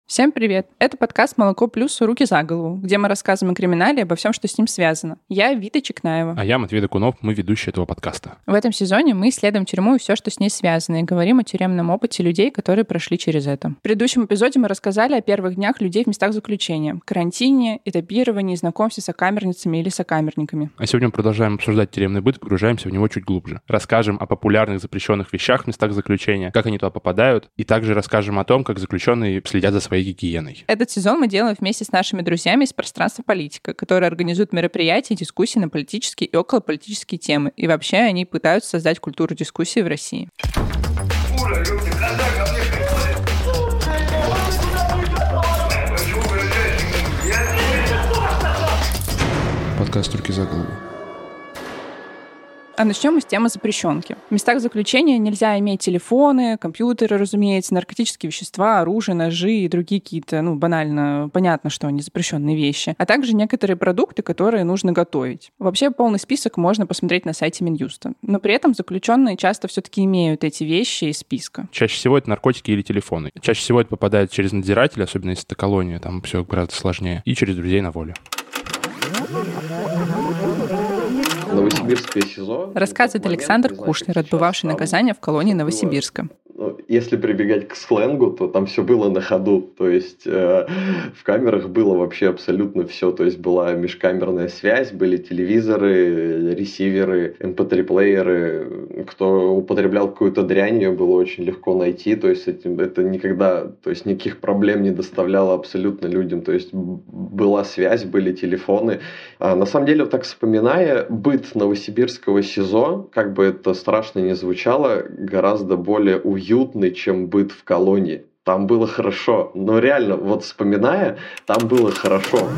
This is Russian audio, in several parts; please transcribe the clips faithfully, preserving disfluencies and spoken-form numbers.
Всем привет! Это подкаст «Молоко плюс. Руки за голову», где мы рассказываем о криминале и обо всем, что с ним связано. Я Вита Чекнаева. А я Матвей Докунов, мы ведущие этого подкаста. В этом сезоне мы исследуем тюрьму и все, что с ней связано, и говорим о тюремном опыте людей, которые прошли через это. В предыдущем эпизоде мы рассказали о первых днях людей в местах заключения, карантине, этапировании, знакомстве с сокамерницами или сокамерниками. А сегодня мы продолжаем обсуждать тюремный быт, погружаемся в него чуть глубже. Расскажем о популярных запрещенных вещах в местах заключения, как они туда попадают, и также расскажем о том, как заключенные следят за своей гигиеной. Этот сезон мы делаем вместе с нашими друзьями из пространства политика, которые организуют мероприятия и дискуссии на политические и околополитические темы. И вообще они пытаются создать культуру дискуссии в России. Подкаст «Руки за голову». А начнем мы с темы запрещенки. В местах заключения нельзя иметь телефоны, компьютеры, разумеется, наркотические вещества, оружие, ножи и другие какие-то, ну, банально, понятно, что они запрещенные вещи, а также некоторые продукты, которые нужно готовить. Вообще полный список можно посмотреть на сайте Минюста. Но при этом заключенные часто все-таки имеют эти вещи из списка. Чаще всего это наркотики или телефоны. Чаще всего это попадает через надзирателя, особенно если это колония, там все гораздо сложнее, и через друзей на воле. Новосибирское СИЗО. Рассказывает Александр Кушнер, отбывавший наказание в колонии Новосибирска. Если прибегать к сленгу, то там все было на ходу. То есть э, в камерах было вообще абсолютно все. То есть была межкамерная связь, были телевизоры, ресиверы, эм пэ три-плееры. Кто употреблял какую-то дрянь, ее было очень легко найти. То есть этим, это никогда, то есть никаких проблем не доставляло абсолютно людям. То есть была связь, были телефоны. А на самом деле, вот так вспоминая, быт новосибирского СИЗО, как бы это страшно ни звучало, гораздо более уютный, чем быт в колонии. Там было хорошо. Но реально, вот вспоминая, там было хорошо.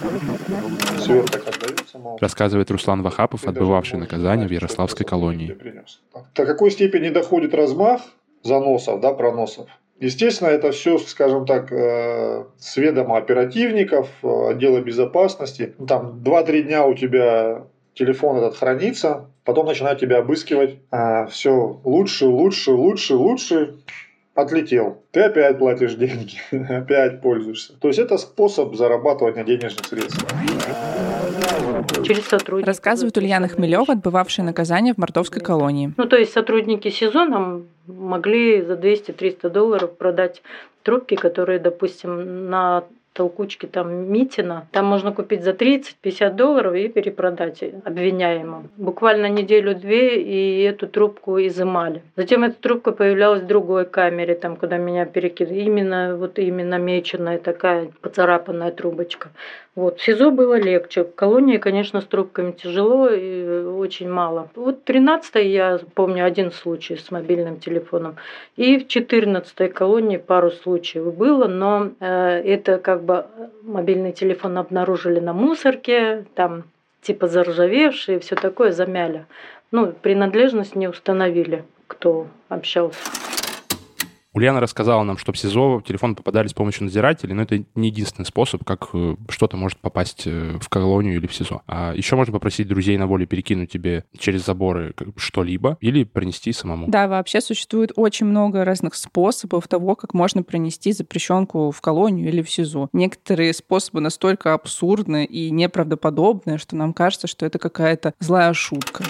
Рассказывает Руслан Вахапов, отбывавший наказание в Ярославской колонии. До какой степени доходит размах заносов, да, проносов? Естественно, это все, скажем так, с ведома оперативников, отдела безопасности. Там два-три дня у тебя телефон этот хранится, потом начинают тебя обыскивать. А, все лучше, лучше, лучше, лучше. Отлетел. Ты опять платишь деньги, опять пользуешься. То есть это способ зарабатывания денежных средств. Через сотрудников. Рассказывает Ульяна Хмелева, отбывавшая наказание в мордовской колонии. Ну, то есть сотрудники СИЗО нам могли за двести-триста долларов продать трубки, которые, допустим, на толкучке там Митина, там можно купить за тридцать-пятьдесят долларов и перепродать обвиняемым. Буквально неделю-две и эту трубку изымали. Затем эта трубка появлялась в другой камере, там, куда меня перекидывали. Именно, вот именно меченая такая поцарапанная трубочка. Вот. В СИЗО было легче. В колонии, конечно, с трубками тяжело и очень мало. Вот в тринадцатой я помню один случай с мобильным телефоном. И в четырнадцатой колонии пару случаев было, но э, это как бы мобильный телефон обнаружили на мусорке, там типа заржавевший и все такое, замяли. Ну, принадлежность не установили, кто общался. Ульяна рассказала нам, что в СИЗО телефоны попадали с помощью надзирателей, но это не единственный способ, как что-то может попасть в колонию или в СИЗО. А еще можно попросить друзей на воле перекинуть тебе через заборы что-либо или принести самому. Да, вообще существует очень много разных способов того, как можно принести запрещенку в колонию или в СИЗО. Некоторые способы настолько абсурдны и неправдоподобны, что нам кажется, что это какая-то злая шутка.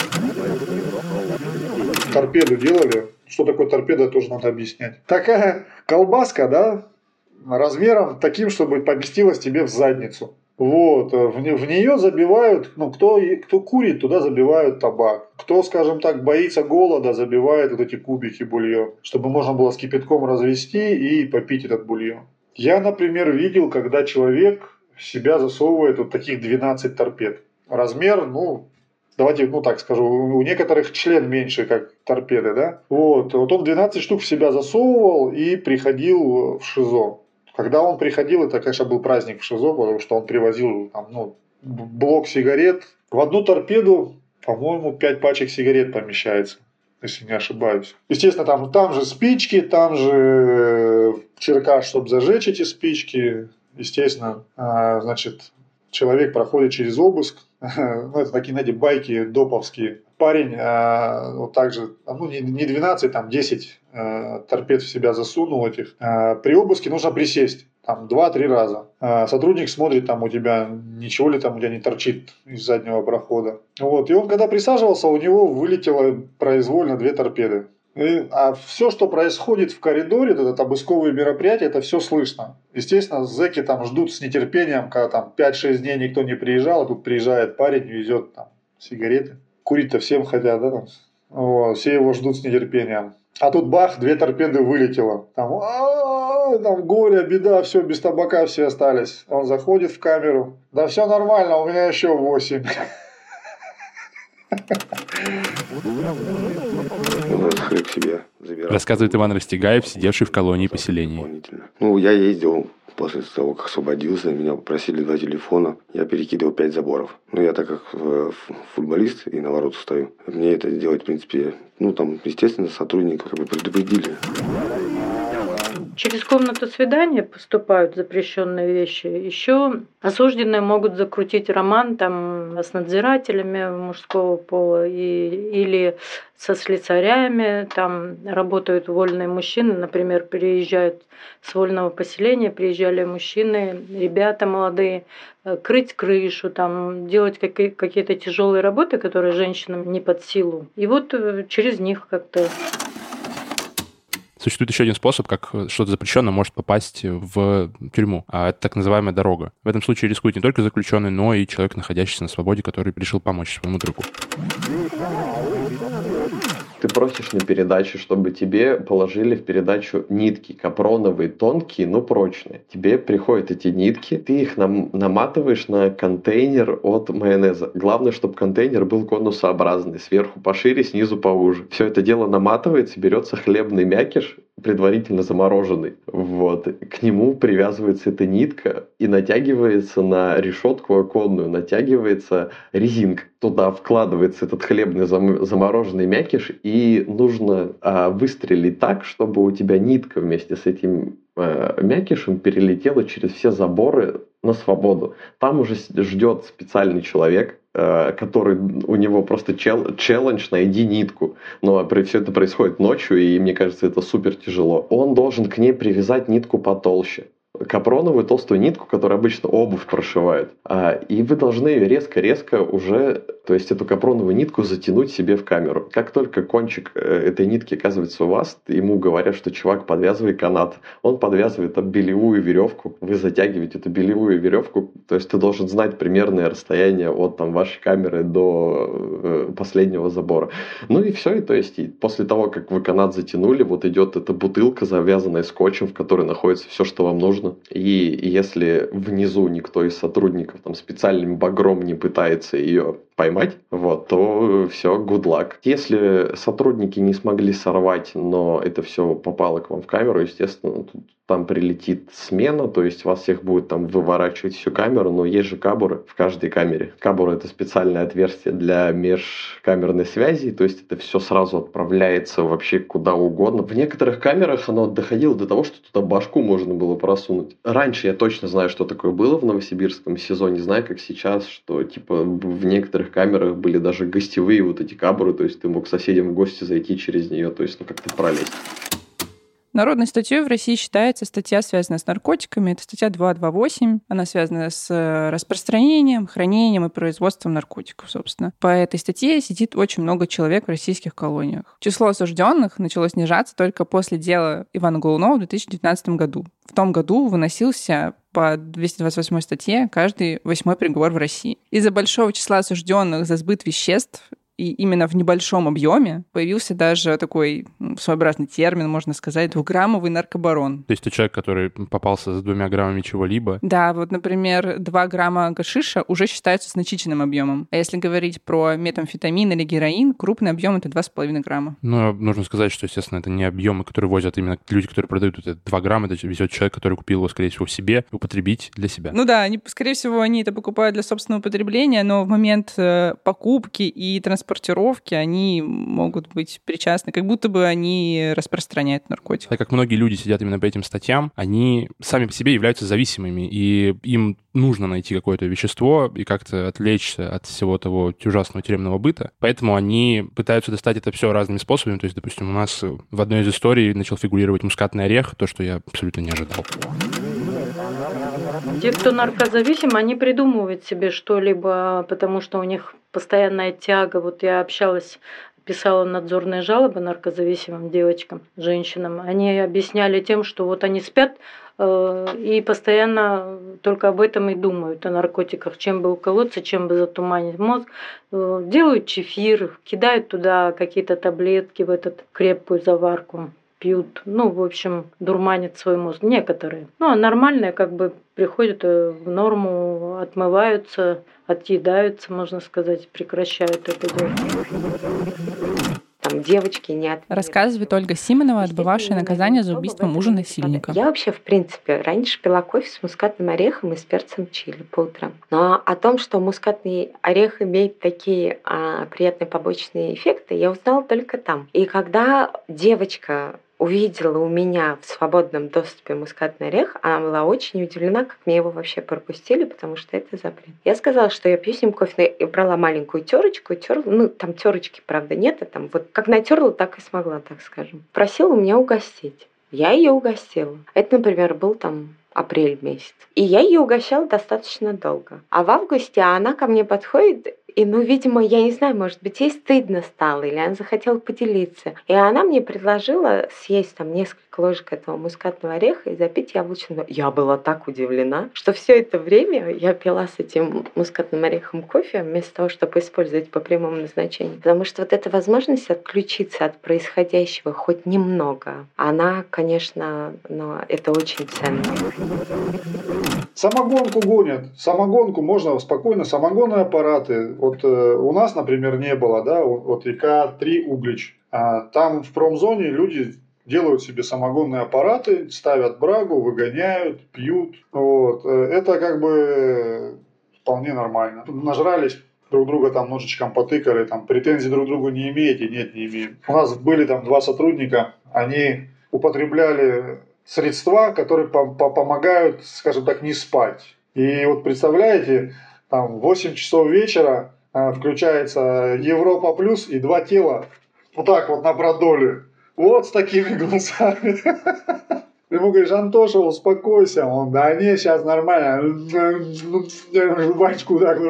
Торпеду делали. Что такое торпеда, тоже надо объяснять. Такая колбаска, да, размером таким, чтобы поместилась тебе в задницу. Вот, в, не, в нее забивают, ну, кто, кто курит, туда забивают табак. Кто, скажем так, боится голода, забивает вот эти кубики бульон, чтобы можно было с кипятком развести и попить этот бульон. Я, например, видел, когда человек в себя засовывает вот таких двенадцать торпед. Размер, ну... Давайте, ну так скажу, у некоторых член меньше, как торпеды, да? Вот, вот он двенадцать штук в себя засовывал и приходил в ШИЗО. Когда он приходил, это, конечно, был праздник в ШИЗО, потому что он привозил там, ну, блок сигарет. В одну торпеду, по-моему, пять пачек сигарет помещается, если не ошибаюсь. Естественно, там, там же спички, там же черкаш, чтобы зажечь эти спички. Естественно, значит, человек проходит через обыск. Ну, это такие, знаете, байки доповские. парень э, вот так же, ну не, не двенадцать, там десять э, торпед в себя засунул этих. Э, при обыске нужно присесть. Там два-три раза. А сотрудник смотрит, там у тебя ничего ли там у тебя не торчит из заднего прохода. Вот. И он, когда присаживался, у него вылетело произвольно две торпеды. И, а все, что происходит в коридоре, это обысковые мероприятия, это все слышно. Естественно, зэки там ждут с нетерпением, когда там пять-шесть дней никто не приезжал, а тут приезжает парень, везет там сигареты. Курить-то всем хотят, да? Там? Вот. Все его ждут с нетерпением. А тут бах, две торпеды вылетело. Там, там горе, беда, все, без табака все остались. Он заходит в камеру. Да все нормально, у меня еще восемь. Рассказывает Иван Растегаев, сидевший в колонии поселений. Ну, я ездил после того, как освободился, меня попросили два телефона, я перекидывал пять заборов. Ну, я так как футболист и на воротах стою, мне это делать, в принципе, ну, там, естественно, сотрудников как бы предупредили. Через комнату свидания поступают запрещенные вещи. Еще осужденные могут закрутить роман там, с надзирателями мужского пола и, или со слесарями. Там работают вольные мужчины, например, приезжают с вольного поселения, приезжали мужчины, ребята молодые, крыть крышу, там, делать какие- какие-то тяжелые работы, которые женщинам не под силу. И вот через них как-то... Существует еще один способ, как что-то запрещенное может попасть в тюрьму, а это так называемая дорога. В этом случае рискует не только заключенный, но и человек, находящийся на свободе, который решил помочь своему другу. Ты просишь на передаче, чтобы тебе положили в передачу нитки капроновые, тонкие, но прочные. Тебе приходят эти нитки, ты их нам, наматываешь на контейнер от майонеза. Главное, чтобы контейнер был конусообразный, сверху пошире, снизу поуже. Все это дело наматывается, берется хлебный мякиш, предварительно замороженный. Вот. К нему привязывается эта нитка и натягивается на решетку оконную, натягивается резинка. Туда вкладывается этот хлебный зам- замороженный мякиш, и нужно а, выстрелить так, чтобы у тебя нитка вместе с этим а, мякишем перелетела через все заборы на свободу. Там уже ждет специальный человек, а, который у него просто чел- челлендж «найди нитку». Но все это происходит ночью, и мне кажется, это супер тяжело. Он должен к ней привязать нитку потолще. Капроновую толстую нитку, которая обычно обувь прошивает. А, и вы должны ее резко-резко уже, то есть эту капроновую нитку затянуть себе в камеру. Как только кончик этой нитки оказывается у вас, ему говорят, что чувак, подвязывай канат. Он подвязывает там белевую веревку, вы затягиваете эту белевую веревку, то есть ты должен знать примерное расстояние от там, вашей камеры до э, последнего забора. Ну и все, и то есть и после того, как вы канат затянули, вот идет эта бутылка, завязанная скотчем, в которой находится все, что вам нужно. И если внизу никто из сотрудников там специальным багром не пытается ее поймать, вот, то все, good luck. Если сотрудники не смогли сорвать, но это все попало к вам в камеру, естественно, тут, там прилетит смена, то есть вас всех будет там выворачивать всю камеру, но есть же кабуры в каждой камере. Кабура — это специальное отверстие для межкамерной связи, то есть это все сразу отправляется вообще куда угодно. В некоторых камерах оно доходило до того, что туда башку можно было просунуть. Раньше я точно знаю, что такое было в новосибирском СИЗО, не знаю, как сейчас, что типа в некоторых камерах были даже гостевые вот эти кабуры, то есть ты мог к соседям в гости зайти через нее, то есть ну как-то пролезть. Народной статьей в России считается статья, связанная с наркотиками. Это статья двести двадцать восемь. Она связана с распространением, хранением и производством наркотиков, собственно. По этой статье сидит очень много человек в российских колониях. Число осужденных начало снижаться только после дела Ивана Голунова в две тысячи девятнадцатом году. В том году выносился по двести двадцать восьмой статье каждый восьмой приговор в России. Из-за большого числа осужденных за сбыт веществ и именно в небольшом объеме появился даже такой своеобразный термин, можно сказать, двухграммовый наркобарон. То есть это человек, который попался с двумя граммами чего-либо? Да, вот, например, два грамма гашиша уже считаются значительным объемом. А если говорить про метамфетамин или героин, крупный объем — это два с половиной грамма. Ну, нужно сказать, что, естественно, это не объемы, которые возят именно люди, которые продают это два грамма, это везет человек, который купил его, скорее всего, себе, употребить для себя. Ну да, они, скорее всего, они это покупают для собственного потребления, но в момент покупки и транспорта транспортировке они могут быть причастны, как будто бы они распространяют наркотик. Так как многие люди сидят именно по этим статьям, они сами по себе являются зависимыми, и им нужно найти какое-то вещество и как-то отвлечься от всего того ужасного тюремного быта. Поэтому они пытаются достать это все разными способами. То есть, допустим, у нас в одной из историй начал фигурировать мускатный орех, то, что я абсолютно не ожидал. Те, кто наркозависим, они придумывают себе что-либо, потому что у них постоянная тяга. Вот я общалась, писала надзорные жалобы наркозависимым девочкам, женщинам. Они объясняли тем, что вот они спят э, и постоянно только об этом и думают, о наркотиках, чем бы уколоться, чем бы затуманить мозг. Э, делают чефир, кидают туда какие-то таблетки в эту крепкую заварку. Пьют, ну, в общем, дурманят свой мозг. Некоторые. Ну, а нормальные как бы приходят в норму, отмываются, отъедаются, можно сказать, прекращают это делать. Там девочки не от... Рассказывает Ольга Симонова, отбывавшая наказание за убийство мужа-насильника. Я вообще, в принципе, раньше пила кофе с мускатным орехом и с перцем чили по утрам. Но о том, что мускатный орех имеет такие а, приятные побочные эффекты, я узнала только там. И когда девочка увидела у меня в свободном доступе мускатный орех, она была очень удивлена, как мне его вообще пропустили, потому что это запрет. Я сказала, что я пью с ним кофе, и брала маленькую терочку, и терла, ну, там терочки, правда, нет, а там вот как натерла, так и смогла, так скажем. Просила у меня угостить. Я ее угостила. Это, например, был там апрель месяц. И я ее угощала достаточно долго. А в августе она ко мне подходит, и, ну, видимо, я не знаю, может быть, ей стыдно стало, или она захотела поделиться. И она мне предложила съесть там несколько ложек этого мускатного ореха и запить яблочным. Я была так удивлена, что все это время я пила с этим мускатным орехом кофе, вместо того, чтобы использовать по прямому назначению. Потому что вот эта возможность отключиться от происходящего хоть немного, она, конечно, ну, это очень ценно. Самогонку гонят. Самогонку можно спокойно, самогонные аппараты. Вот э, у нас, например, не было, да, вот река три Углич. А там в промзоне люди делают себе самогонные аппараты, ставят брагу, выгоняют, пьют. Вот. Это как бы вполне нормально. Нажрались, друг друга там ножичком потыкали, там претензий друг к другу не имеете? Нет, не имеем. У нас были там два сотрудника, они употребляли средства, которые помогают, скажем так, не спать. И вот представляете, там в восемь часов вечера э, включается Европа Плюс и два тела вот так вот на продоле. Вот с такими глазами. Ты ему говоришь: Антоша, успокойся. Он: да не, сейчас нормально. Жвачку так.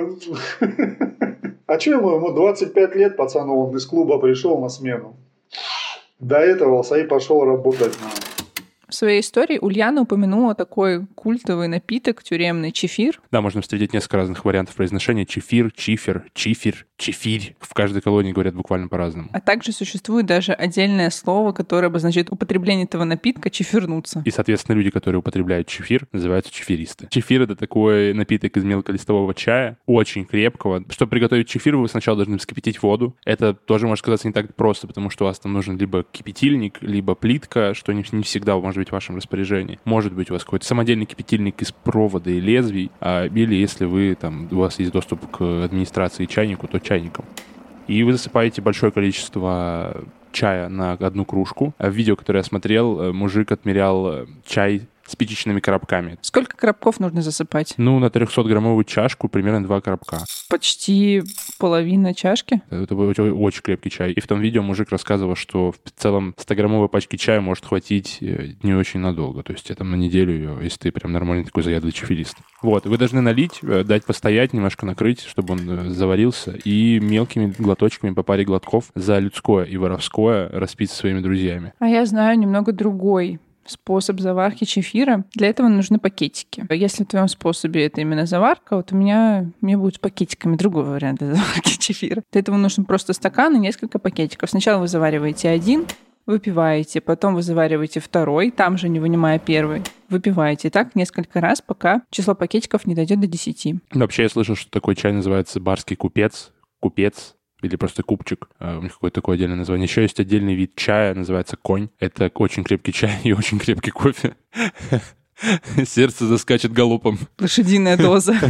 А что ему? Ему двадцать пять лет, пацану, он из клуба пришел на смену. До этого Саи пошел работать на... В своей истории Ульяна упомянула такой культовый напиток тюремный — чефир. Да, можно встретить несколько разных вариантов произношения. Чефир, чифер, чифер, чефирь. В каждой колонии говорят буквально по-разному. А также существует даже отдельное слово, которое обозначает употребление этого напитка — чефирнуться. И, соответственно, люди, которые употребляют чефир, называются чефиристы. Чефир — это такой напиток из мелколистового чая, очень крепкого. Чтобы приготовить чефир, вы сначала должны вскипятить воду. Это тоже может казаться не так просто, потому что у вас там нужен либо кипятильник, либо плитка, что не, не всегда может быть в вашем распоряжении. Может быть, у вас какой-то самодельный кипятильник из провода и лезвий, а, или если вы там, у вас есть доступ к администрации чайнику, то чайником. И вы засыпаете большое количество чая на одну кружку. А в видео, которое я смотрел, мужик отмерял чай спичечными коробками. Сколько коробков нужно засыпать? Ну, на трехсотграммовую чашку примерно два коробка. Почти половина чашки? Это очень, очень крепкий чай. И в том видео мужик рассказывал, что в целом стограммовой пачки чая может хватить не очень надолго. То есть тебе там на неделю ее, если ты прям нормальный такой заядлый чефирист. Вот. Вы должны налить, дать постоять, немножко накрыть, чтобы он заварился, и мелкими глоточками по паре глотков за людское и воровское распить со своими друзьями. А я знаю немного другой способ заварки чефира. Для этого нужны пакетики. Если в твоем способе это именно заварка, вот у меня, у меня будет с пакетиками другой вариант заварки чефира. Для этого нужен просто стакан и несколько пакетиков. Сначала вы завариваете один, выпиваете, потом вы завариваете второй, там же не вынимая первый, выпиваете. И так несколько раз, пока число пакетиков не дойдет до десяти. Вообще я слышал, что такой чай называется барский купец, купец, или просто купчик. У них какое-то такое отдельное название. Еще есть отдельный вид чая, называется конь. Это очень крепкий чай и очень крепкий кофе. Сердце заскачет галопом. Лошадиная доза.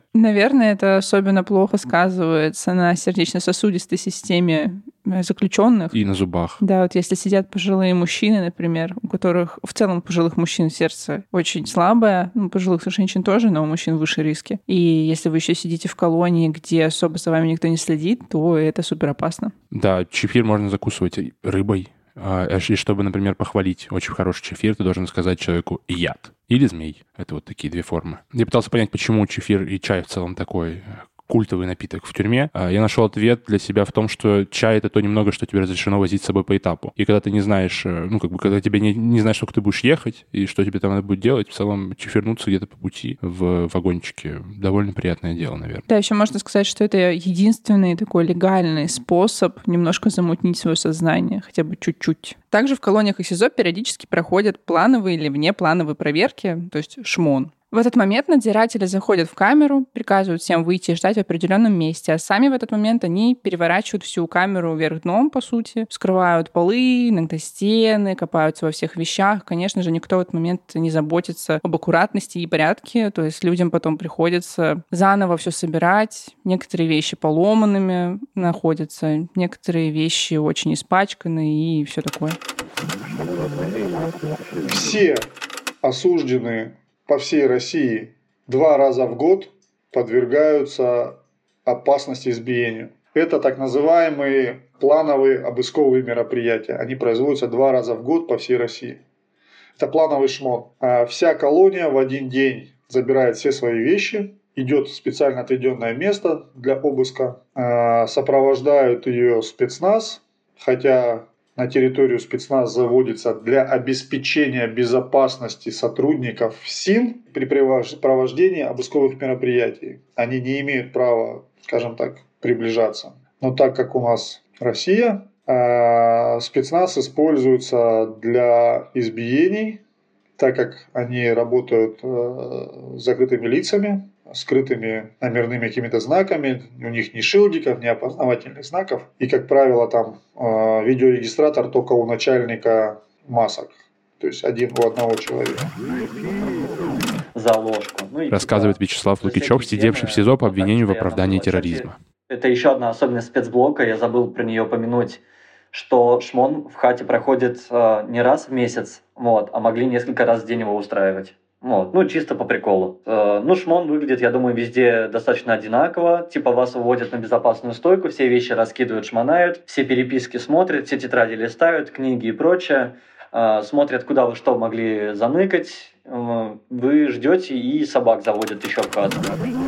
Наверное, это особенно плохо сказывается на сердечно-сосудистой системе заключенных. И на зубах. Да, вот если сидят пожилые мужчины, например, у которых в целом у пожилых мужчин сердце очень слабое, ну, пожилых женщин тоже, но у мужчин выше риски. И если вы еще сидите в колонии, где особо за вами никто не следит, то это супер опасно. Да, чефир можно закусывать рыбой. И чтобы, например, похвалить очень хороший чефир, ты должен сказать человеку «яд» или «змей». Это вот такие две формы. Я пытался понять, почему чефир и чай в целом такой культовый напиток в тюрьме. Я нашел ответ для себя в том, что чай — это то немного, что тебе разрешено возить с собой по этапу. И когда ты не знаешь, ну, как бы, когда тебе не, не знаешь, сколько ты будешь ехать и что тебе там надо будет делать, в целом чефирнуться где-то по пути в вагончике — довольно приятное дело, наверное. Да, еще можно сказать, что это единственный такой легальный способ немножко замутнить свое сознание, хотя бы чуть-чуть. Также в колониях и СИЗО периодически проходят плановые или внеплановые проверки, то есть шмон. В этот момент надзиратели заходят в камеру, приказывают всем выйти и ждать в определенном месте, а сами в этот момент они переворачивают всю камеру вверх дном, по сути, вскрывают полы, иногда стены, копаются во всех вещах. Конечно же, никто в этот момент не заботится об аккуратности и порядке, то есть людям потом приходится заново все собирать. Некоторые вещи поломанными находятся, некоторые вещи очень испачканы и все такое. Все осужденные по всей России два раза в год подвергаются опасности избиению. Это так называемые плановые обысковые мероприятия. Они производятся два раза в год по всей России. Это плановый шмон. Вся колония в один день забирает все свои вещи, идет в специально отведенное место для обыска, сопровождают ее спецназ, хотя на территорию спецназ заводится для обеспечения безопасности сотрудников СИН при провождении обысковых мероприятий. Они не имеют права, скажем так, приближаться. Но так как у нас Россия, спецназ используется для избиений, так как они работают с закрытыми лицами, скрытыми номерными какими-то знаками, у них ни шилдиков, ни опознавательных знаков. И, как правило, там э, видеорегистратор только у начальника масок. То есть один у одного человека. За ложку. Ну, Рассказывает типа, Вячеслав Лукичев, сидевший в СИЗО по обвинению в оправдании терроризма. Это еще одна особенность спецблока, я забыл про нее упомянуть, что шмон в хате проходит э, не раз в месяц, вот, а могли несколько раз в день его устраивать. Вот, ну, чисто по приколу. Э, ну, шмон выглядит, я думаю, везде достаточно одинаково. Типа вас выводят на безопасную стойку, все вещи раскидывают, шмонают, все переписки смотрят, все тетради листают, книги и прочее. Э, смотрят, куда вы что могли заныкать. Э, вы ждете, и собак заводят еще в хату.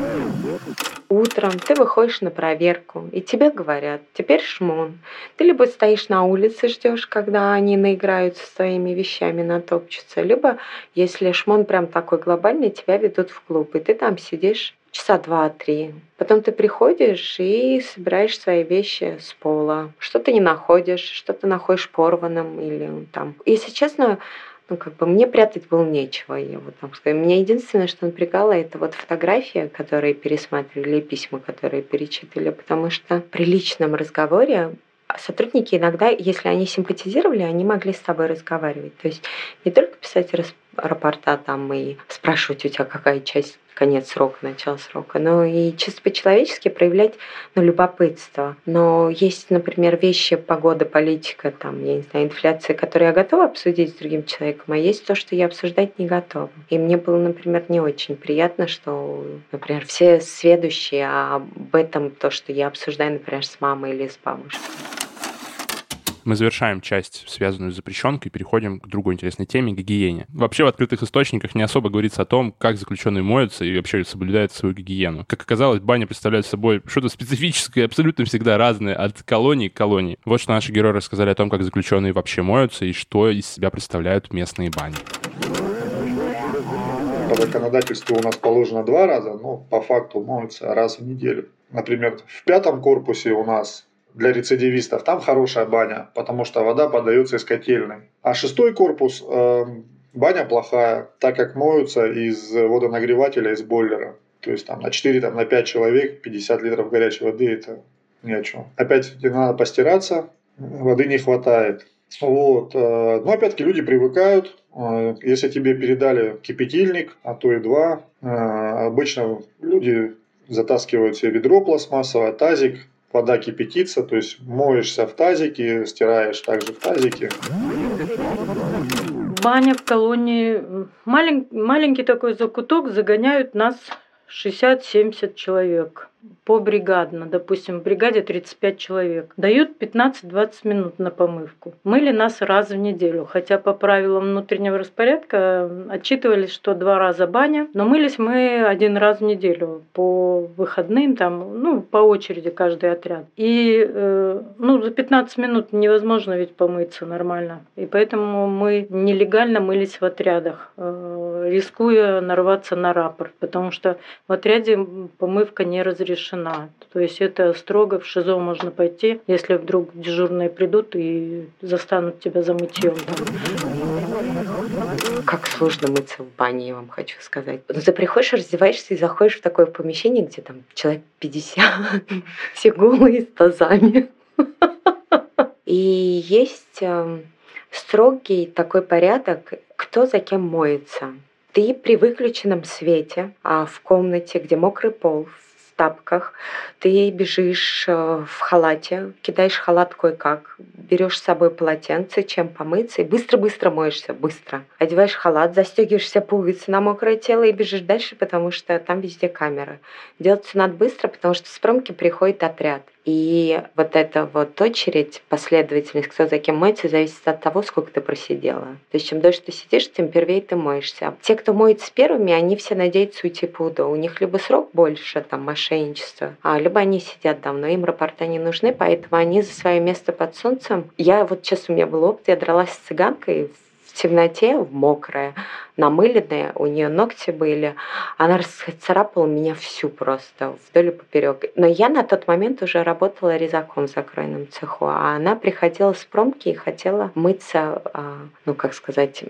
Утром ты выходишь на проверку, и тебе говорят, теперь шмон. Ты либо стоишь на улице, ждешь, когда они наиграются своими вещами, натопчутся, либо, если шмон прям такой глобальный, тебя ведут в клуб, и ты там сидишь часа два-три. Потом ты приходишь и собираешь свои вещи с пола. Что-то не находишь, что-то находишь порванным или там. Если честно, ну, как бы мне прятать было нечего, я вот так скажу. Меня единственное, что напрягало, это вот фотографии, которые пересматривали, и письма, которые перечитывали, потому что при личном разговоре сотрудники иногда, если они симпатизировали, они могли с тобой разговаривать. То есть не только писать рапорта там и спрашивать у тебя, какая часть, конец срока, начало срока, но и чисто по-человечески проявлять, ну, любопытство. Но есть, например, вещи, погода, политика, там, я не знаю, инфляция, которые я готова обсудить с другим человеком, а есть то, что я обсуждать не готова. И мне было, например, не очень приятно, что, например, все сведущие об этом, то, что я обсуждаю, например, с мамой или с бабушкой. Мы завершаем часть, связанную с запрещенкой, и переходим к другой интересной теме — гигиене. Вообще в открытых источниках не особо говорится о том, как заключенные моются и вообще соблюдают свою гигиену. Как оказалось, баня представляет собой что-то специфическое, абсолютно всегда разное от колонии к колонии. Вот что наши герои рассказали о том, как заключенные вообще моются и что из себя представляют местные бани. По законодательству у нас положено два раза, но по факту моются раз в неделю. Например, в пятом корпусе у нас для рецидивистов там хорошая баня, потому что вода подается из котельной. А шестой корпус э, баня плохая, так как моются из водонагревателя, из бойлера. То есть там на четыре, там, на пять человек пятьдесят литров горячей воды — это ни о чем. Опять надо постираться, воды не хватает. Вот. Но опять-таки люди привыкают. Если тебе передали кипятильник, а то и два, обычно люди затаскивают себе ведро пластмассовое, тазик, вода кипятится, то есть моешься в тазике, стираешь также в тазике. Баня в колонии, малень, маленький такой закуток, загоняют нас шестьдесят-семьдесят человек побригадно. Допустим, в бригаде тридцать пять человек. Дают пятнадцать-двадцать минут на помывку. Мыли нас раз в неделю, хотя по правилам внутреннего распорядка отчитывались, что два раза баня, но мылись мы один раз в неделю по выходным, там, ну, по очереди каждый отряд. И э, ну, за пятнадцать минут невозможно ведь помыться нормально. И поэтому мы нелегально мылись в отрядах, э, рискуя нарваться на рапорт, потому что в отряде помывка не разрешена. То есть это строго в ШИЗО можно пойти, если вдруг дежурные придут и застанут тебя за мытьем. Как сложно мыться в бане, я вам хочу сказать. Ну, ты приходишь, раздеваешься и заходишь в такое помещение, где там человек пятьдесят, все голые с тазами. И есть строгий такой порядок, кто за кем моется. Ты при выключенном свете, а в комнате, где мокрый пол, в тапках, ты бежишь в халате, кидаешь халат кое-как, берешь с собой полотенце, чем помыться, и быстро-быстро моешься, быстро. Одеваешь халат, застегиваешься пуговицы на мокрое тело и бежишь дальше, потому что там везде камеры. Делать все надо быстро, потому что с промки приходит отряд. И вот эта вот очередь, последовательность, кто за кем моется, зависит от того, сколько ты просидела. То есть чем дольше ты сидишь, тем первее ты моешься. Те, кто моется первыми, они все надеются уйти по УДО. У них либо срок больше, там, мошенничество, а либо они сидят давно, им рапорта не нужны, поэтому они за свое место под солнцем. Я вот сейчас у меня был опыт, я дралась с цыганкой в темноте, в мокрая, намыленная, у нее ногти были. Она расцарапала меня всю просто, вдоль и поперек. Но я на тот момент уже работала резаком в закройном цеху, а она приходила с промки и хотела мыться, ну, как сказать,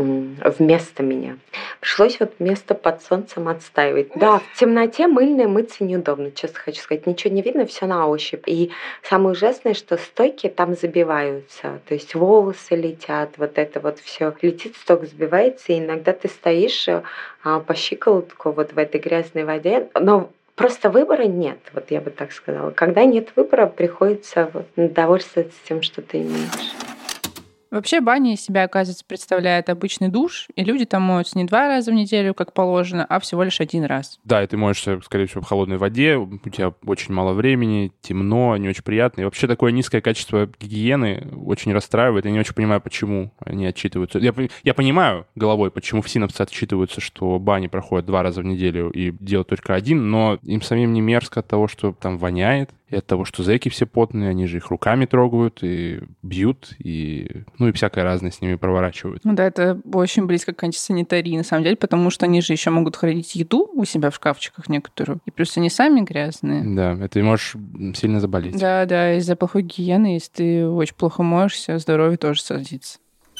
вместо меня. Пришлось вот место под солнцем отстаивать. Да, в темноте мыльной мыться неудобно, честно хочу сказать. Ничего не видно, все на ощупь. И самое ужасное, что стойки там забиваются. То есть волосы летят, вот это вот все летит, сток забивается. И иногда ты стоишь а, по щиколотку вот в этой грязной воде. Но просто выбора нет, вот я бы так сказала. Когда нет выбора, приходится вот довольствоваться тем, что ты имеешь. Вообще баня из себя, оказывается, представляет обычный душ, и люди там моются не два раза в неделю, как положено, а всего лишь один раз. Да, и ты моешься, скорее всего, в холодной воде, у тебя очень мало времени, темно, не очень приятно. И вообще такое низкое качество гигиены очень расстраивает. Я не очень понимаю, почему они отчитываются. Я, я понимаю головой, почему в синапсе отчитываются, что бани проходят два раза в неделю и делают только один, но им самим не мерзко от того, что там воняет, и от того, что зэки все потные, они же их руками трогают и бьют, и, ну, и всякое разное с ними проворачивают. Ну да, это очень близко к антисанитарии, на самом деле, потому что они же еще могут хранить еду у себя в шкафчиках некоторую, и плюс они сами грязные. Да, это ты можешь сильно заболеть. Да, да, из-за плохой гигиены, если ты очень плохо моешься, здоровье тоже садится.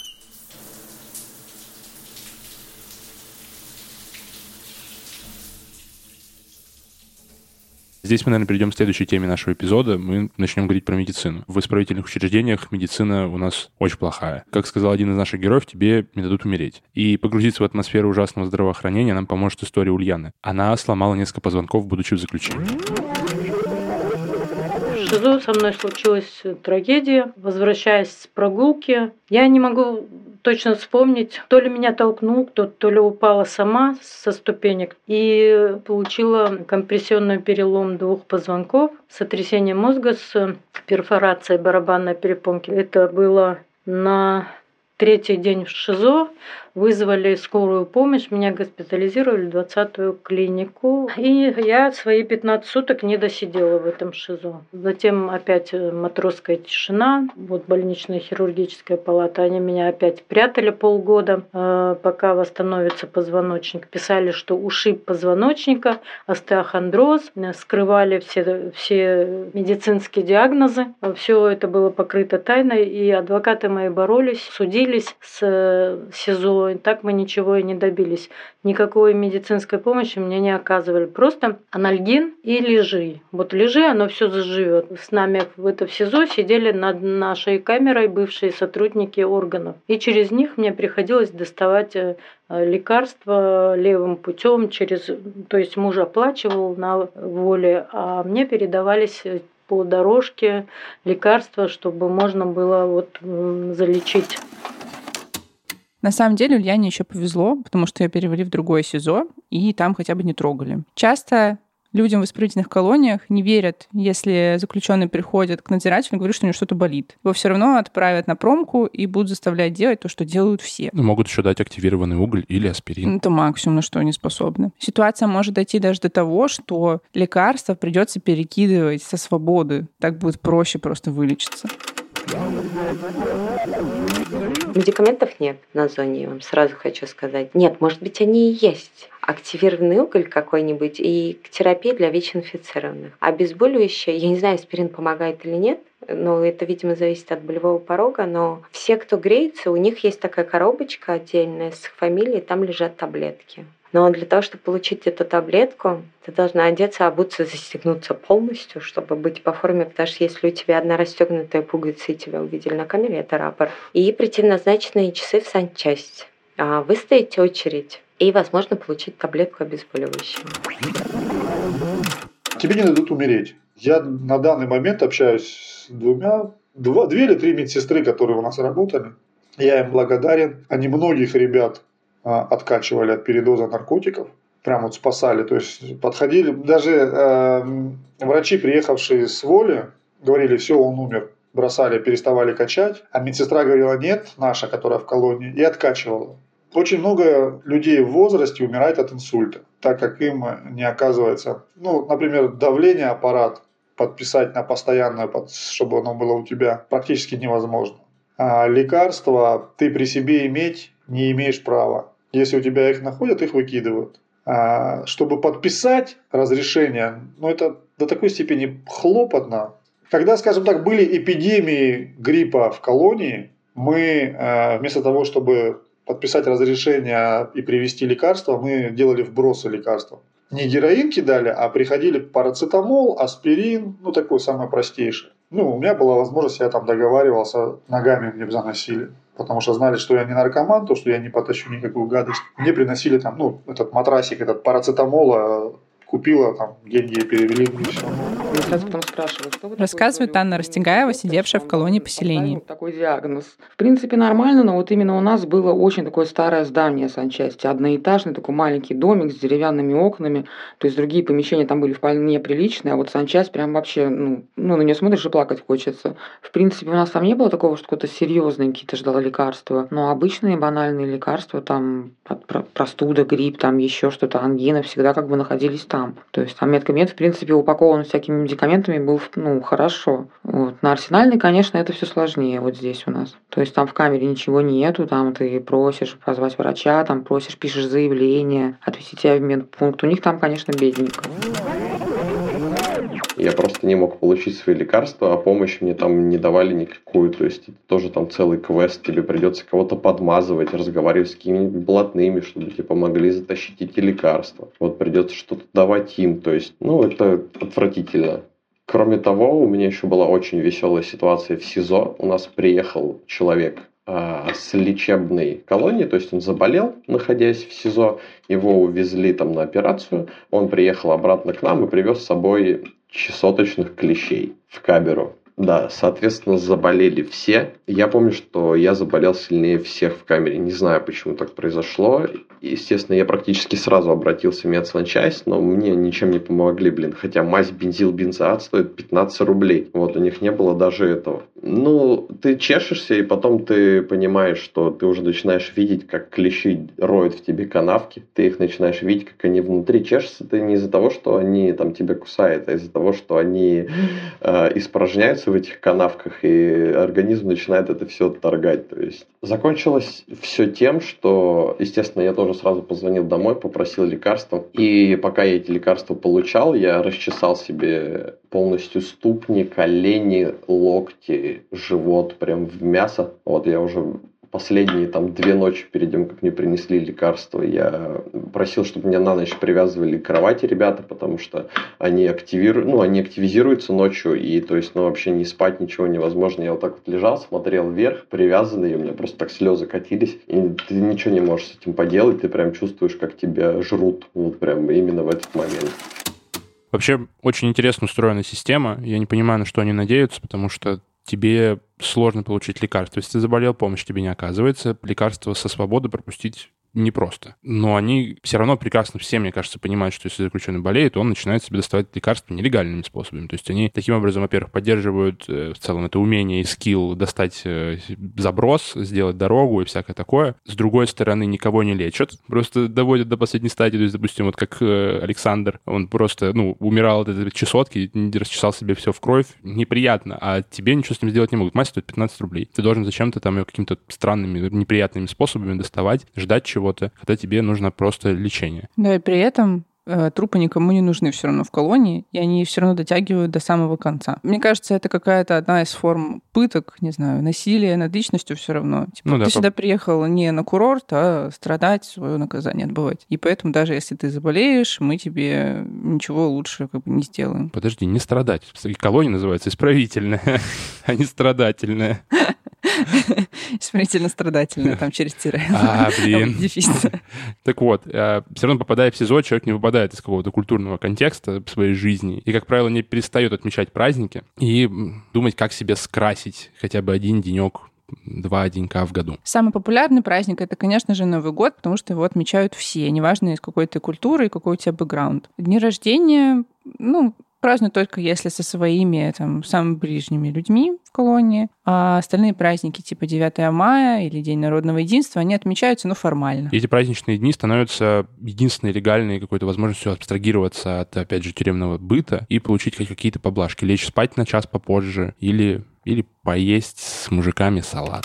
Здесь мы, наверное, перейдем к следующей теме нашего эпизода. Мы начнем говорить про медицину. В исправительных учреждениях медицина у нас очень плохая. Как сказал один из наших героев, тебе не дадут умереть. И погрузиться в атмосферу ужасного здравоохранения нам поможет история Ульяны. Она сломала несколько позвонков, будучи в заключении. В ШИЗО со мной случилась трагедия. Возвращаясь с прогулки, я не могу точно вспомнить, то ли меня толкнул кто-то, то ли упала сама со ступенек и получила компрессионный перелом двух позвонков, сотрясение мозга с перфорацией барабанной перепонки. Это было на третий день в ШИЗО. Вызвали скорую помощь, меня госпитализировали в двадцатую клинику. И я свои пятнадцать суток не досидела в этом ШИЗО. Затем опять матросская тишина, вот больничная хирургическая палата. Они меня опять прятали полгода, пока восстановится позвоночник. Писали, что ушиб позвоночника, остеохондроз, скрывали все, все медицинские диагнозы. Все это было покрыто тайной, и адвокаты мои боролись, судились с СИЗО все. И так мы ничего и не добились. Никакой медицинской помощи мне не оказывали. Просто анальгин и лежи. Вот лежи, оно все заживет. С нами в это в СИЗО сидели над нашей камерой бывшие сотрудники органов. И через них мне приходилось доставать лекарства левым путем, через, то есть муж оплачивал на воле, а мне передавались по дорожке лекарства, чтобы можно было вот залечить. На самом деле Ульяне еще повезло, потому что ее перевели в другое СИЗО, и там хотя бы не трогали. Часто людям в исправительных колониях не верят, если заключенный приходит к надзирателю и говорит, что у него что-то болит. Его все равно отправят на промку и будут заставлять делать то, что делают все. Ну, могут еще дать активированный уголь или аспирин. Это максимум, на что они способны. Ситуация может дойти даже до того, что лекарства придется перекидывать со свободы. Так будет проще просто вылечиться. Медикаментов нет на зоне, я вам сразу хочу сказать. Нет, может быть, они и есть. Активированный уголь какой-нибудь и терапия для ВИЧ-инфицированных. Обезболивающее, я не знаю, аспирин помогает или нет, но это, видимо, зависит от болевого порога, но все, кто греется, у них есть такая коробочка отдельная с их фамилией, там лежат таблетки. Но для того, чтобы получить эту таблетку, ты должна одеться, обуться, застегнуться полностью, чтобы быть по форме, потому что если у тебя одна расстегнутая пуговица и тебя увидели на камере, это рапорт. И прийти в назначенные часы в санчасть. Выстоять очередь и, возможно, получить таблетку обезболивающую. Тебе не дадут умереть. Я на данный момент общаюсь с двумя, два, две или три медсестры, которые у нас работали. Я им благодарен. Они многих ребят откачивали от передоза наркотиков, прям вот спасали, то есть подходили, даже э, врачи, приехавшие с воли, говорили, все, он умер, бросали, переставали качать, а медсестра говорила, нет, наша, которая в колонии, и откачивала. Очень много людей в возрасте умирает от инсульта, так как им не оказывается, ну, например, давление, аппарат подписать на постоянное, чтобы оно было у тебя, практически невозможно. А лекарства ты при себе иметь не имеешь права. Если у тебя их находят, их выкидывают. А чтобы подписать разрешение, ну это до такой степени хлопотно. Когда, скажем так, были эпидемии гриппа в колонии, мы вместо того, чтобы подписать разрешение и привезти лекарства, мы делали вбросы лекарства. Не героин кидали, а приходили парацетамол, аспирин, ну такое самое простейшее. Ну, у меня была возможность, я там договаривался, ногами мне заносили. Потому что знали, что я не наркоман, то, что я не потащу никакую гадость. Мне приносили там, ну, этот матрасик, этот парацетамола, купила, там, деньги перевели, и все. Сразу потом спрашивают, что вы Рассказывает Анна Растегаева, сидевшая в колонии поселений. Такой диагноз. В принципе, нормально, но вот именно у нас было очень такое старое здание санчасти. Одноэтажный такой маленький домик с деревянными окнами. То есть другие помещения там были вполне приличные, а вот санчасть прям вообще, ну, ну на нее смотришь и плакать хочется. В принципе, у нас там не было такого, что какое-то серьезное какие-то ждало лекарства. Но обычные банальные лекарства, там простуда, грипп, там еще что-то, ангина, всегда как бы находились там. То есть там медкабинет, в принципе, упакован всякими медикаментами, был, ну, хорошо. Вот. На Арсенальной, конечно, это все сложнее вот здесь у нас. То есть там в камере ничего нету, там ты просишь позвать врача, там просишь, пишешь заявление, отвезти тебя в медпункт. У них там, конечно, бедненько. Я просто не мог получить свои лекарства, а помощь мне там не давали никакую. То есть это тоже там целый квест. Тебе придется кого-то подмазывать, разговаривать с какими-нибудь блатными, чтобы тебе помогли затащить эти лекарства. Вот придется что-то давать им. То есть, ну, это отвратительно. Кроме того, у меня еще была очень веселая ситуация в СИЗО. У нас приехал человек э, с лечебной колонии, то есть он заболел, находясь в СИЗО. Его увезли там на операцию. Он приехал обратно к нам и привез с собой чесоточных клещей в камеру. Да, соответственно, заболели все. Я помню, что я заболел сильнее всех в камере. Не знаю, почему так произошло. Естественно, я практически сразу обратился в медсанчасть, но мне ничем не помогли, блин. Хотя мазь бензил бензоат стоит пятнадцать рублей. Вот, у них не было даже этого. Ну, ты чешешься, и потом ты понимаешь, что ты уже начинаешь видеть, как клещи роют в тебе канавки. Ты их начинаешь видеть, как они внутри чешутся. Ты не из-за того, что они там тебя кусают, а из-за того, что они э, испражняются в этих канавках, и организм начинает это все отторгать. То есть закончилось все тем, что, естественно, я тоже сразу позвонил домой, попросил лекарства. И пока я эти лекарства получал, я расчесал себе полностью ступни, колени, локти, живот прям в мясо. Вот я уже последние там две ночи перед тем, как мне принесли лекарства, я просил, чтобы меня на ночь привязывали к кровати ребята, потому что они активируют, ну, они активизируются ночью, и то есть, ну, вообще не спать ничего невозможно. Я вот так вот лежал, смотрел вверх, привязанный, и у меня просто так слезы катились, и ты ничего не можешь с этим поделать, ты прям чувствуешь, как тебя жрут, вот прям именно в этот момент. Вообще, очень интересно устроена система. Я не понимаю, на что они надеются, потому что тебе сложно получить лекарство. Если ты заболел, помощь тебе не оказывается. Лекарство со свободы пропустить непросто. Но они все равно прекрасно все, мне кажется, понимают, что если заключенный болеет, он начинает себе доставать лекарства нелегальными способами. То есть они таким образом, во-первых, поддерживают э, в целом это умение и скилл достать э, заброс, сделать дорогу и всякое такое. С другой стороны, никого не лечат, просто доводят до последней стадии. То есть, допустим, вот как э, Александр, он просто, ну, умирал от этой чесотки, расчесал себе все в кровь. Неприятно, а тебе ничего с ним сделать не могут. Мазь стоит пятнадцать рублей. Ты должен зачем-то там ее какими-то странными, неприятными способами доставать, ждать чего чего-то, когда тебе нужно просто лечение. Да, и при этом э, трупы никому не нужны все равно в колонии, и они все равно дотягивают до самого конца. Мне кажется, это какая-то одна из форм пыток, не знаю, насилия над личностью все равно. Типа, ну, ты да, сюда по... приехал не на курорт, а страдать, свое наказание отбывать. И поэтому даже если ты заболеешь, мы тебе ничего лучше как бы не сделаем. Подожди, не страдать. Колония называется исправительная, а не страдательная. Исправительно-страдательная, там через тире. А, блин. Так вот, все равно, попадая в СИЗО, человек не выпадает из какого-то культурного контекста своей жизни и, как правило, не перестает отмечать праздники и думать, как себе скрасить хотя бы один денек, два денька в году. Самый популярный праздник — это, конечно же, Новый год, потому что его отмечают все, неважно, из какой ты культуры и какой у тебя бэкграунд. Дни рождения, ну, празднуют только если со своими, там, самыми ближними людьми в колонии, а остальные праздники, типа девятое мая или День народного единства, они отмечаются, ну, формально. И эти праздничные дни становятся единственной легальной какой-то возможностью абстрагироваться от, опять же, тюремного быта и получить хоть какие-то поблажки, лечь спать на час попозже или, или поесть с мужиками салат.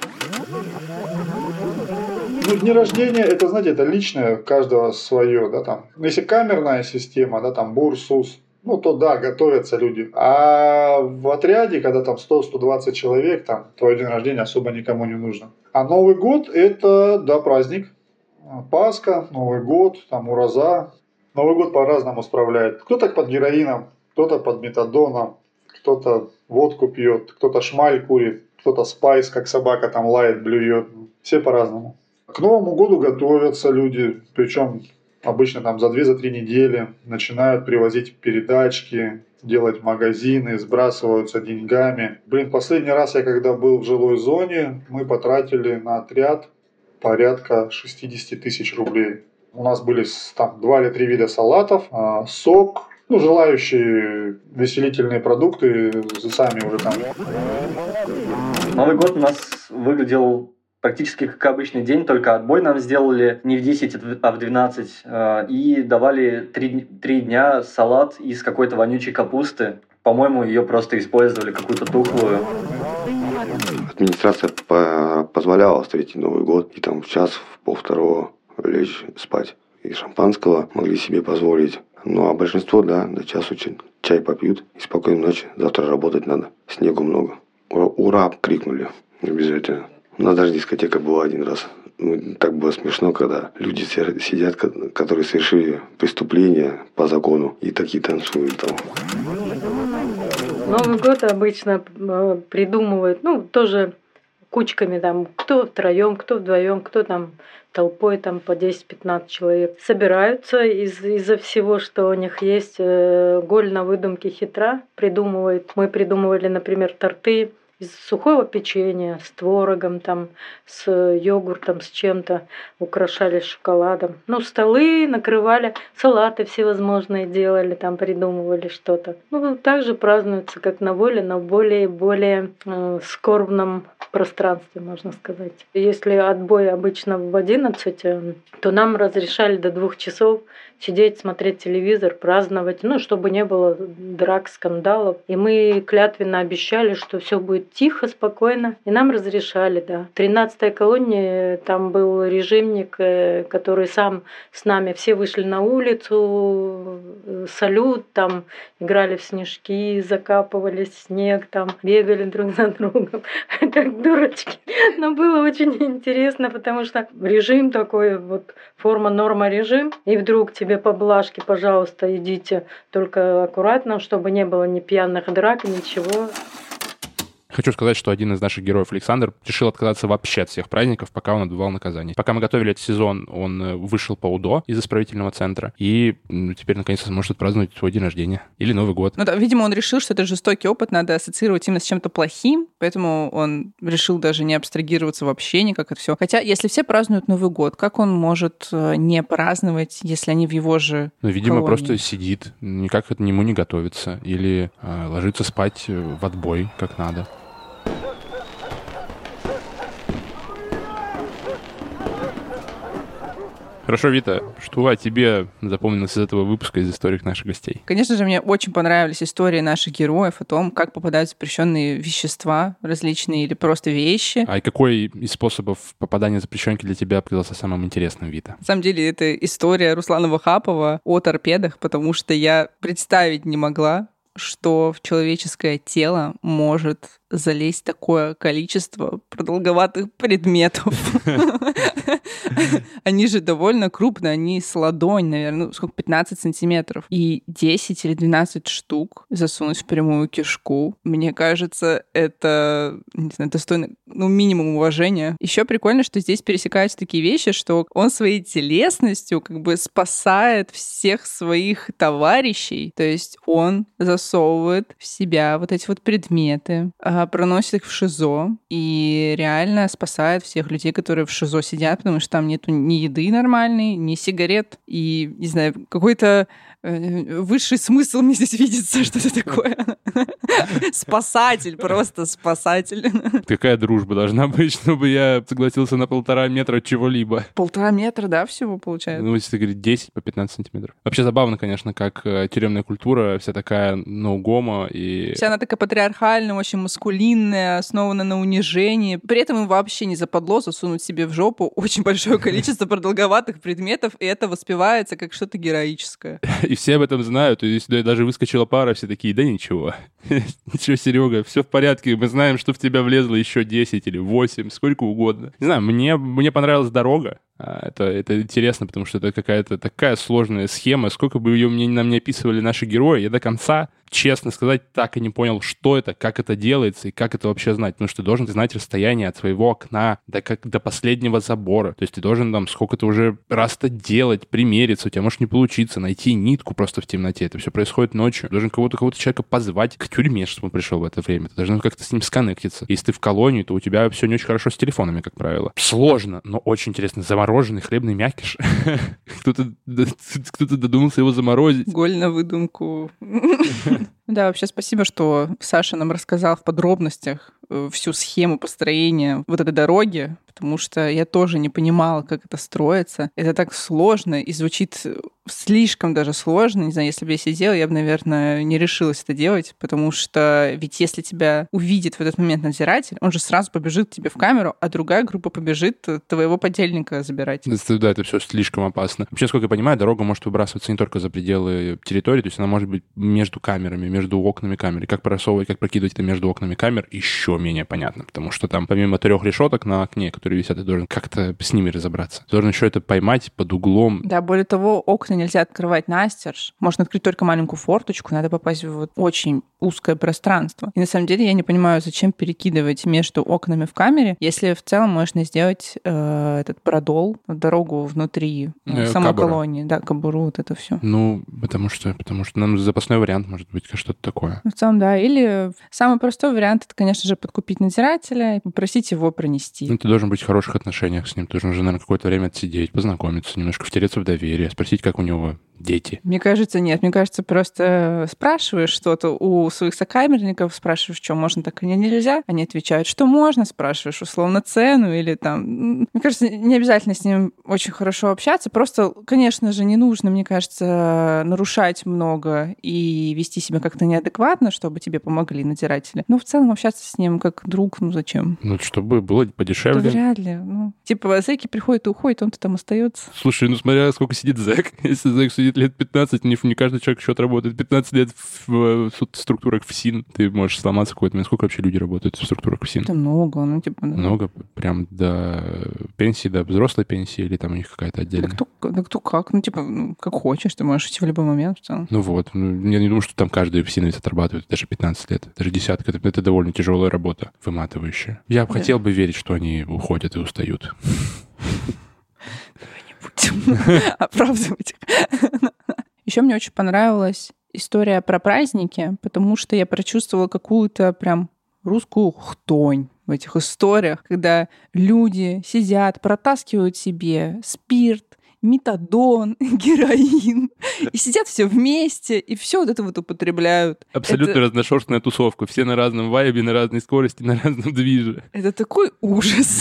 Ну, дни рождения, это, знаете, это личное, каждого свое, да, там. Если камерная система, да, там, БУР, СУС, ну, то да, готовятся люди. А в отряде, когда там сто - сто двадцать человек, там, твой день рождения особо никому не нужно. А Новый год – это, да, праздник. Пасха, Новый год, там, Ураза. Новый год по-разному справляет. Кто-то под героином, кто-то под метадоном, кто-то водку пьет, кто-то шмаль курит, кто-то спайс, как собака там лает, блюет. Все по-разному. К Новому году готовятся люди, причем обычно там за две-три недели начинают привозить передачки, делать магазины, сбрасываются деньгами. Блин, последний раз я когда был в жилой зоне, мы потратили на отряд порядка шестьдесят тысяч рублей. У нас были там два или три вида салатов, сок, ну, желающие веселительные продукты сами уже там. Новый год у нас выглядел практически как обычный день, только отбой нам сделали не в десять, а в двенадцать. И давали три дня салат из какой-то вонючей капусты. По-моему, ее просто использовали, какую-то тухлую. Администрация позволяла встретить Новый год и там в час, в полвторого лечь спать. И шампанского могли себе позволить. Ну а большинство, да, до часу чай попьют и спокойной ночи. Завтра работать надо. Снегу много. Ура, ура крикнули обязательно. У нас даже дискотека была один раз. Ну, так было смешно, когда люди сидят, которые совершили преступления по закону, и такие танцуют там. Новый год обычно придумывают, ну, тоже кучками там, кто втроем, кто вдвоем, кто там толпой там по десять-пятнадцать человек. Собираются из- из-за всего, что у них есть. э, Голь на выдумке хитра придумывает. Мы придумывали, например, торты из сухого печенья, с творогом, там, с йогуртом, с чем-то, украшали шоколадом. Ну, столы накрывали, салаты всевозможные делали, там придумывали что-то. Ну, так же празднуется, как на воле, но в более-более э, скорбном пространстве, можно сказать. Если отбой обычно в одиннадцать, э, то нам разрешали до двух часов сидеть, смотреть телевизор, праздновать, ну, чтобы не было драк, скандалов. И мы клятвенно обещали, что все будет тихо, спокойно, и нам разрешали, да. В тринадцатой колонии там был режимник, который сам с нами, все вышли на улицу, салют, там играли в снежки, закапывались в снег, там бегали друг за другом, как дурочки. Но было очень интересно, потому что режим такой, вот форма, норма, режим, и вдруг тебе поблажки, пожалуйста, идите, только аккуратно, чтобы не было ни пьяных драк, ничего. Хочу сказать, что один из наших героев, Александр, решил отказаться вообще от всех праздников, пока он отбывал наказание. Пока мы готовили этот сезон, он вышел по УДО из исправительного центра, и ну, теперь, наконец-то, сможет отпраздновать свой день рождения или Новый год. Ну да, видимо, он решил, что это жестокий опыт надо ассоциировать именно с чем-то плохим, поэтому он решил даже не абстрагироваться вообще никак от всего. Хотя, если все празднуют Новый год, как он может не праздновать, если они в его же Ну, видимо, колонии? просто сидит, никак к нему не готовится, или э, ложится спать в отбой, как надо. Хорошо, Вита, что о тебе запомнилось из этого выпуска, из историй наших гостей? Конечно же, мне очень понравились истории наших героев о том, как попадают запрещенные вещества различные или просто вещи. А какой из способов попадания запрещенки для тебя показался самым интересным, Вита? На самом деле, это история Руслана Вахапова о торпедах, потому что я представить не могла, что в человеческое тело может залезть такое количество продолговатых предметов. Они же довольно крупные, они с ладонь, наверное, ну, сколько, пятнадцать сантиметров. И десять или двенадцать штук засунуть в прямую кишку, мне кажется, это, не знаю, достойно, ну, минимум уважения. Еще прикольно, что здесь пересекаются такие вещи, что он своей телесностью как бы спасает всех своих товарищей. То есть он засовывает в себя вот эти вот предметы, проносит их в ШИЗО и реально спасает всех людей, которые в ШИЗО сидят, потому что там нету ни еды нормальной, ни сигарет. И, не знаю, какой-то э, высший смысл мне здесь видится, что это такое. Спасатель, просто спасатель. Какая дружба должна быть, чтобы я согласился на полтора метра чего-либо? Полтора метра, да, всего получается? Ну, если говорить десять по пятнадцать сантиметров. Вообще забавно, конечно, как тюремная культура вся такая ноу-гомо и... Вся она такая патриархальная, очень маскулинная, основана на унижении. При этом им вообще не западло засунуть себе в жопу очень большое количество продолговатых предметов, и это воспевается как что-то героическое. И все об этом знают. И если даже выскочила пара, все такие, да ничего. Ничего, Серега, все в порядке. Мы знаем, что в тебя влезло еще десять или восемь, сколько угодно. Не знаю, мне, мне понравилась дорога. Это, это интересно, потому что это какая-то такая сложная схема. Сколько бы ее мне, нам не описывали наши герои, я до конца, честно сказать, так и не понял, что это, как это делается и как это вообще знать. Потому что ты должен знать расстояние от своего окна до, как, до последнего забора. То есть ты должен там сколько-то уже раз-то делать, примериться. У тебя может не получиться, найти нитку просто в темноте. Это все происходит ночью. Ты должен кого-то, кого-то человека позвать к тюрьме, чтобы он пришел в это время. Ты должен как-то с ним сконнектиться. Если ты в колонии, то у тебя все не очень хорошо с телефонами, как правило. Сложно, но очень интересно. Замороженный хлебный мякиш. Кто-то, кто-то додумался его заморозить. Голь на выдумку. Да, вообще спасибо, что Саша нам рассказал в подробностях всю схему построения вот этой дороги, потому что я тоже не понимала, как это строится. Это так сложно и звучит слишком даже сложно. Не знаю, если бы я сидела, я бы, наверное, не решилась это делать, потому что ведь если тебя увидит в этот момент надзиратель, он же сразу побежит к тебе в камеру, а другая группа побежит твоего подельника забирать. Да, это все слишком опасно. Вообще, сколько я понимаю, дорога может выбрасываться не только за пределы территории, то есть она может быть между камерами, между окнами камеры. Как просовывать, как прокидывать это между окнами камер, еще менее понятно, потому что там помимо трех решеток на окне, которые висят, ты должен как-то с ними разобраться. Ты должен еще это поймать под углом. Да, более того, окна нельзя открывать настежь. Можно открыть только маленькую форточку, надо попасть в вот очень узкое пространство. И на самом деле я не понимаю, зачем перекидывать между окнами в камере, если в целом можно сделать э, этот продол, дорогу внутри э, самой кабура. колонии. Да, кобуру, вот это все. Ну, потому что, потому что нам запасной вариант может быть что-то такое. В целом, да. Или самый простой вариант, это, конечно же, подкупить надзирателя и попросить его пронести. Ну, ты должен быть в хороших отношениях с ним. Ты должен уже, наверное, какое-то время отсидеть, познакомиться, немножко втереться в доверие, спросить, как у него дети. Мне кажется, нет. Мне кажется, просто спрашиваешь что-то у своих сокамерников, спрашиваешь, что можно, так и нельзя. Они отвечают, что можно, спрашиваешь условно цену или там... Мне кажется, не обязательно с ним очень хорошо общаться. Просто, конечно же, не нужно, мне кажется, нарушать много и вести себя как-то неадекватно, чтобы тебе помогли надзиратели. Но в целом общаться с ним как друг, ну зачем? Ну, чтобы было подешевле. Да вряд ли. Ну, типа, зэки приходят и уходят, он-то там остается. Слушай, ну смотря сколько сидит зэк. Если зэк сидит лет пятнадцать, не, не каждый человек еще отработает. пятнадцать лет в, в, в структурах ФСИН, ты можешь сломаться какой-то момент. Сколько вообще люди работают в структурах ФСИН? Это много, ну типа... Да. Много? Прям до пенсии, до взрослой пенсии, или там у них какая-то отдельная? Да кто, да кто как? Ну, типа, ну, как хочешь, ты можешь идти в любой момент в целом. Ну вот. Ну, я не думаю, что там каждый ФСИНовец отрабатывает даже пятнадцать лет. Даже десятка. Это, это довольно тяжелая работа, выматывающая. Я бы Да. хотел бы верить, что они уходят и устают. Оправдывать. Еще мне очень понравилась история про праздники, потому что я прочувствовала какую-то прям русскую хтонь в этих историях, когда люди сидят, протаскивают себе спирт, метадон, героин, и сидят все вместе, и все вот это вот употребляют. Абсолютно это... разношерстная тусовка. Все на разном вайбе, на разной скорости, на разном движе. Это такой ужас.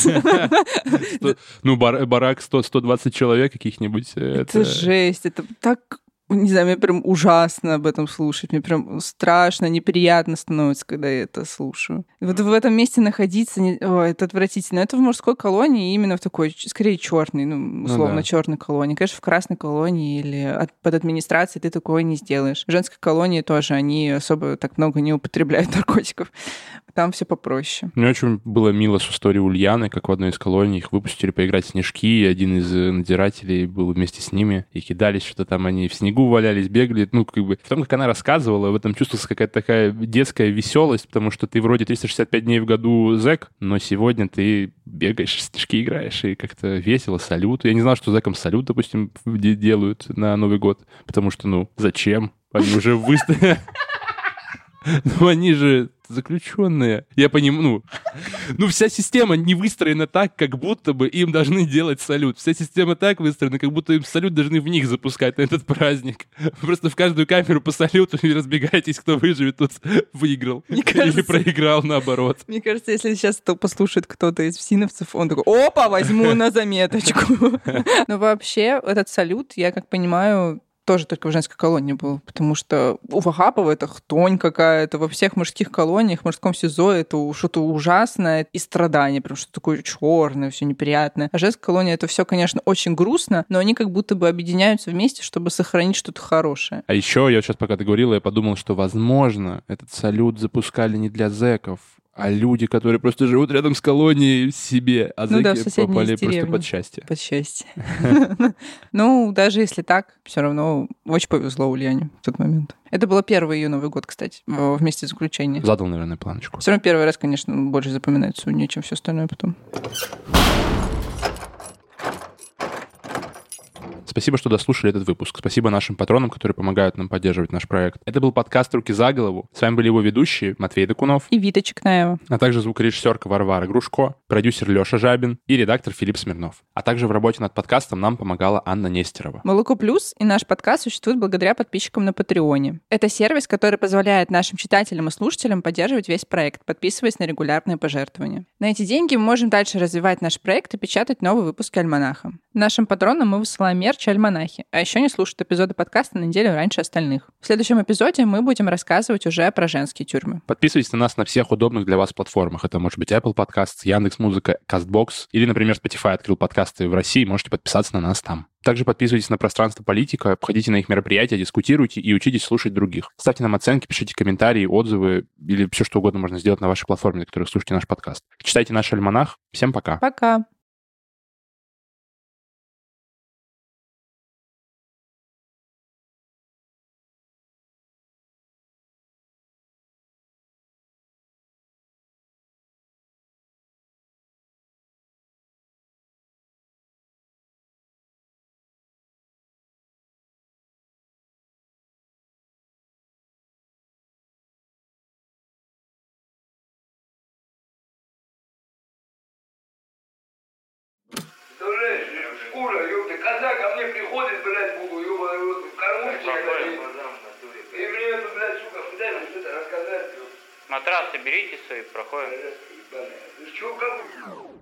Ну, барак сто - сто двадцать человек каких-нибудь. Это жесть. Это так... Не знаю, мне прям ужасно об этом слушать. Мне прям страшно, неприятно становится, когда я это слушаю. И вот в этом месте находиться, не... О, это отвратительно. Это в мужской колонии, именно в такой, скорее, черной, ну, условно, ну, да. черной колонии. Конечно, в красной колонии или от... под администрацией ты такое не сделаешь. В женской колонии тоже они особо так много не употребляют наркотиков. Там все попроще. Мне очень было мило с историей Ульяны, как в одной из колоний их выпустили поиграть в снежки, и один из надзирателей был вместе с ними, и кидались, что там они в снегу валялись, бегали. Ну, как бы в том, как она рассказывала, в этом чувствовалась какая-то такая детская веселость, потому что ты вроде триста шестьдесят пять дней в году зэк, но сегодня ты бегаешь, в снежки играешь, и как-то весело, салют. Я не знал, что зэкам салют, допустим, делают на Новый год, потому что, ну, зачем? Они уже выставили... Ну, они же заключенные. Я понимаю, ну, ну, вся система не выстроена так, как будто бы им должны делать салют. Вся система так выстроена, как будто им салют должны в них запускать на этот праздник. Просто в каждую камеру по салюту и разбегайтесь, кто выживет, тот выиграл. Мне кажется, или проиграл, наоборот. Мне кажется, если сейчас это послушает кто-то из ФСИНовцев, он такой, опа, возьму на заметочку. Но вообще, этот салют, я как понимаю, тоже только в женской колонии был, потому что у Вагапова это хтонь какая-то, во всех мужских колониях, в мужском СИЗО это что-то ужасное и страдание, прям что-то такое черное, все неприятное. А женская колония это все, конечно, очень грустно, но они как будто бы объединяются вместе, чтобы сохранить что-то хорошее. А еще я сейчас, пока ты говорила, я подумал, что, возможно, этот салют запускали не для зэков, а люди, которые просто живут рядом с колонией, себе, а ну зэки да, попали просто под счастье. Под счастье. Ну, даже если так, все равно очень повезло Ульяне в тот момент. Это было первый ее Новый год, кстати, вместе с заключением. Задал, наверное, планочку. Все равно первый раз, конечно, больше запоминается у нее, чем все остальное потом. Спасибо, что дослушали этот выпуск. Спасибо нашим патронам, которые помогают нам поддерживать наш проект. Это был подкаст «Руки за голову». С вами были его ведущие Матвей Докунов и Вита Чекнаева, а также звукорежиссерка Варвара Грушко, продюсер Леша Жабин и редактор Филипп Смирнов. А также в работе над подкастом нам помогала Анна Нестерова. Молоко Плюс и наш подкаст существуют благодаря подписчикам на Патреоне. Это сервис, который позволяет нашим читателям и слушателям поддерживать весь проект, подписываясь на регулярные пожертвования. На эти деньги мы можем дальше развивать наш проект и печатать новые выпуски «Альманаха». Нашим патронам мы высылаем мерч «Альманахи», а еще не слушают эпизоды подкаста на неделю раньше остальных. В следующем эпизоде мы будем рассказывать уже про женские тюрьмы. Подписывайтесь на нас на всех удобных для вас платформах. Это может быть Apple Podcasts, Яндекс.Музыка, Castbox или, например, Spotify открыл подкасты в России, можете подписаться на нас там. Также подписывайтесь на пространство политика, ходите на их мероприятия, дискутируйте и учитесь слушать других. Ставьте нам оценки, пишите комментарии, отзывы или все, что угодно можно сделать на вашей платформе, на которой слушаете наш подкаст. Читайте наш альманах. Всем пока. Пока. пуля, ёпта, коза ко мне приходит, блядь, буду, ёбаный рот, в кормушке, и мне это, блядь, сука, пытается что-то рассказать. Матрасы берите свои, проходим. Ты чё, как?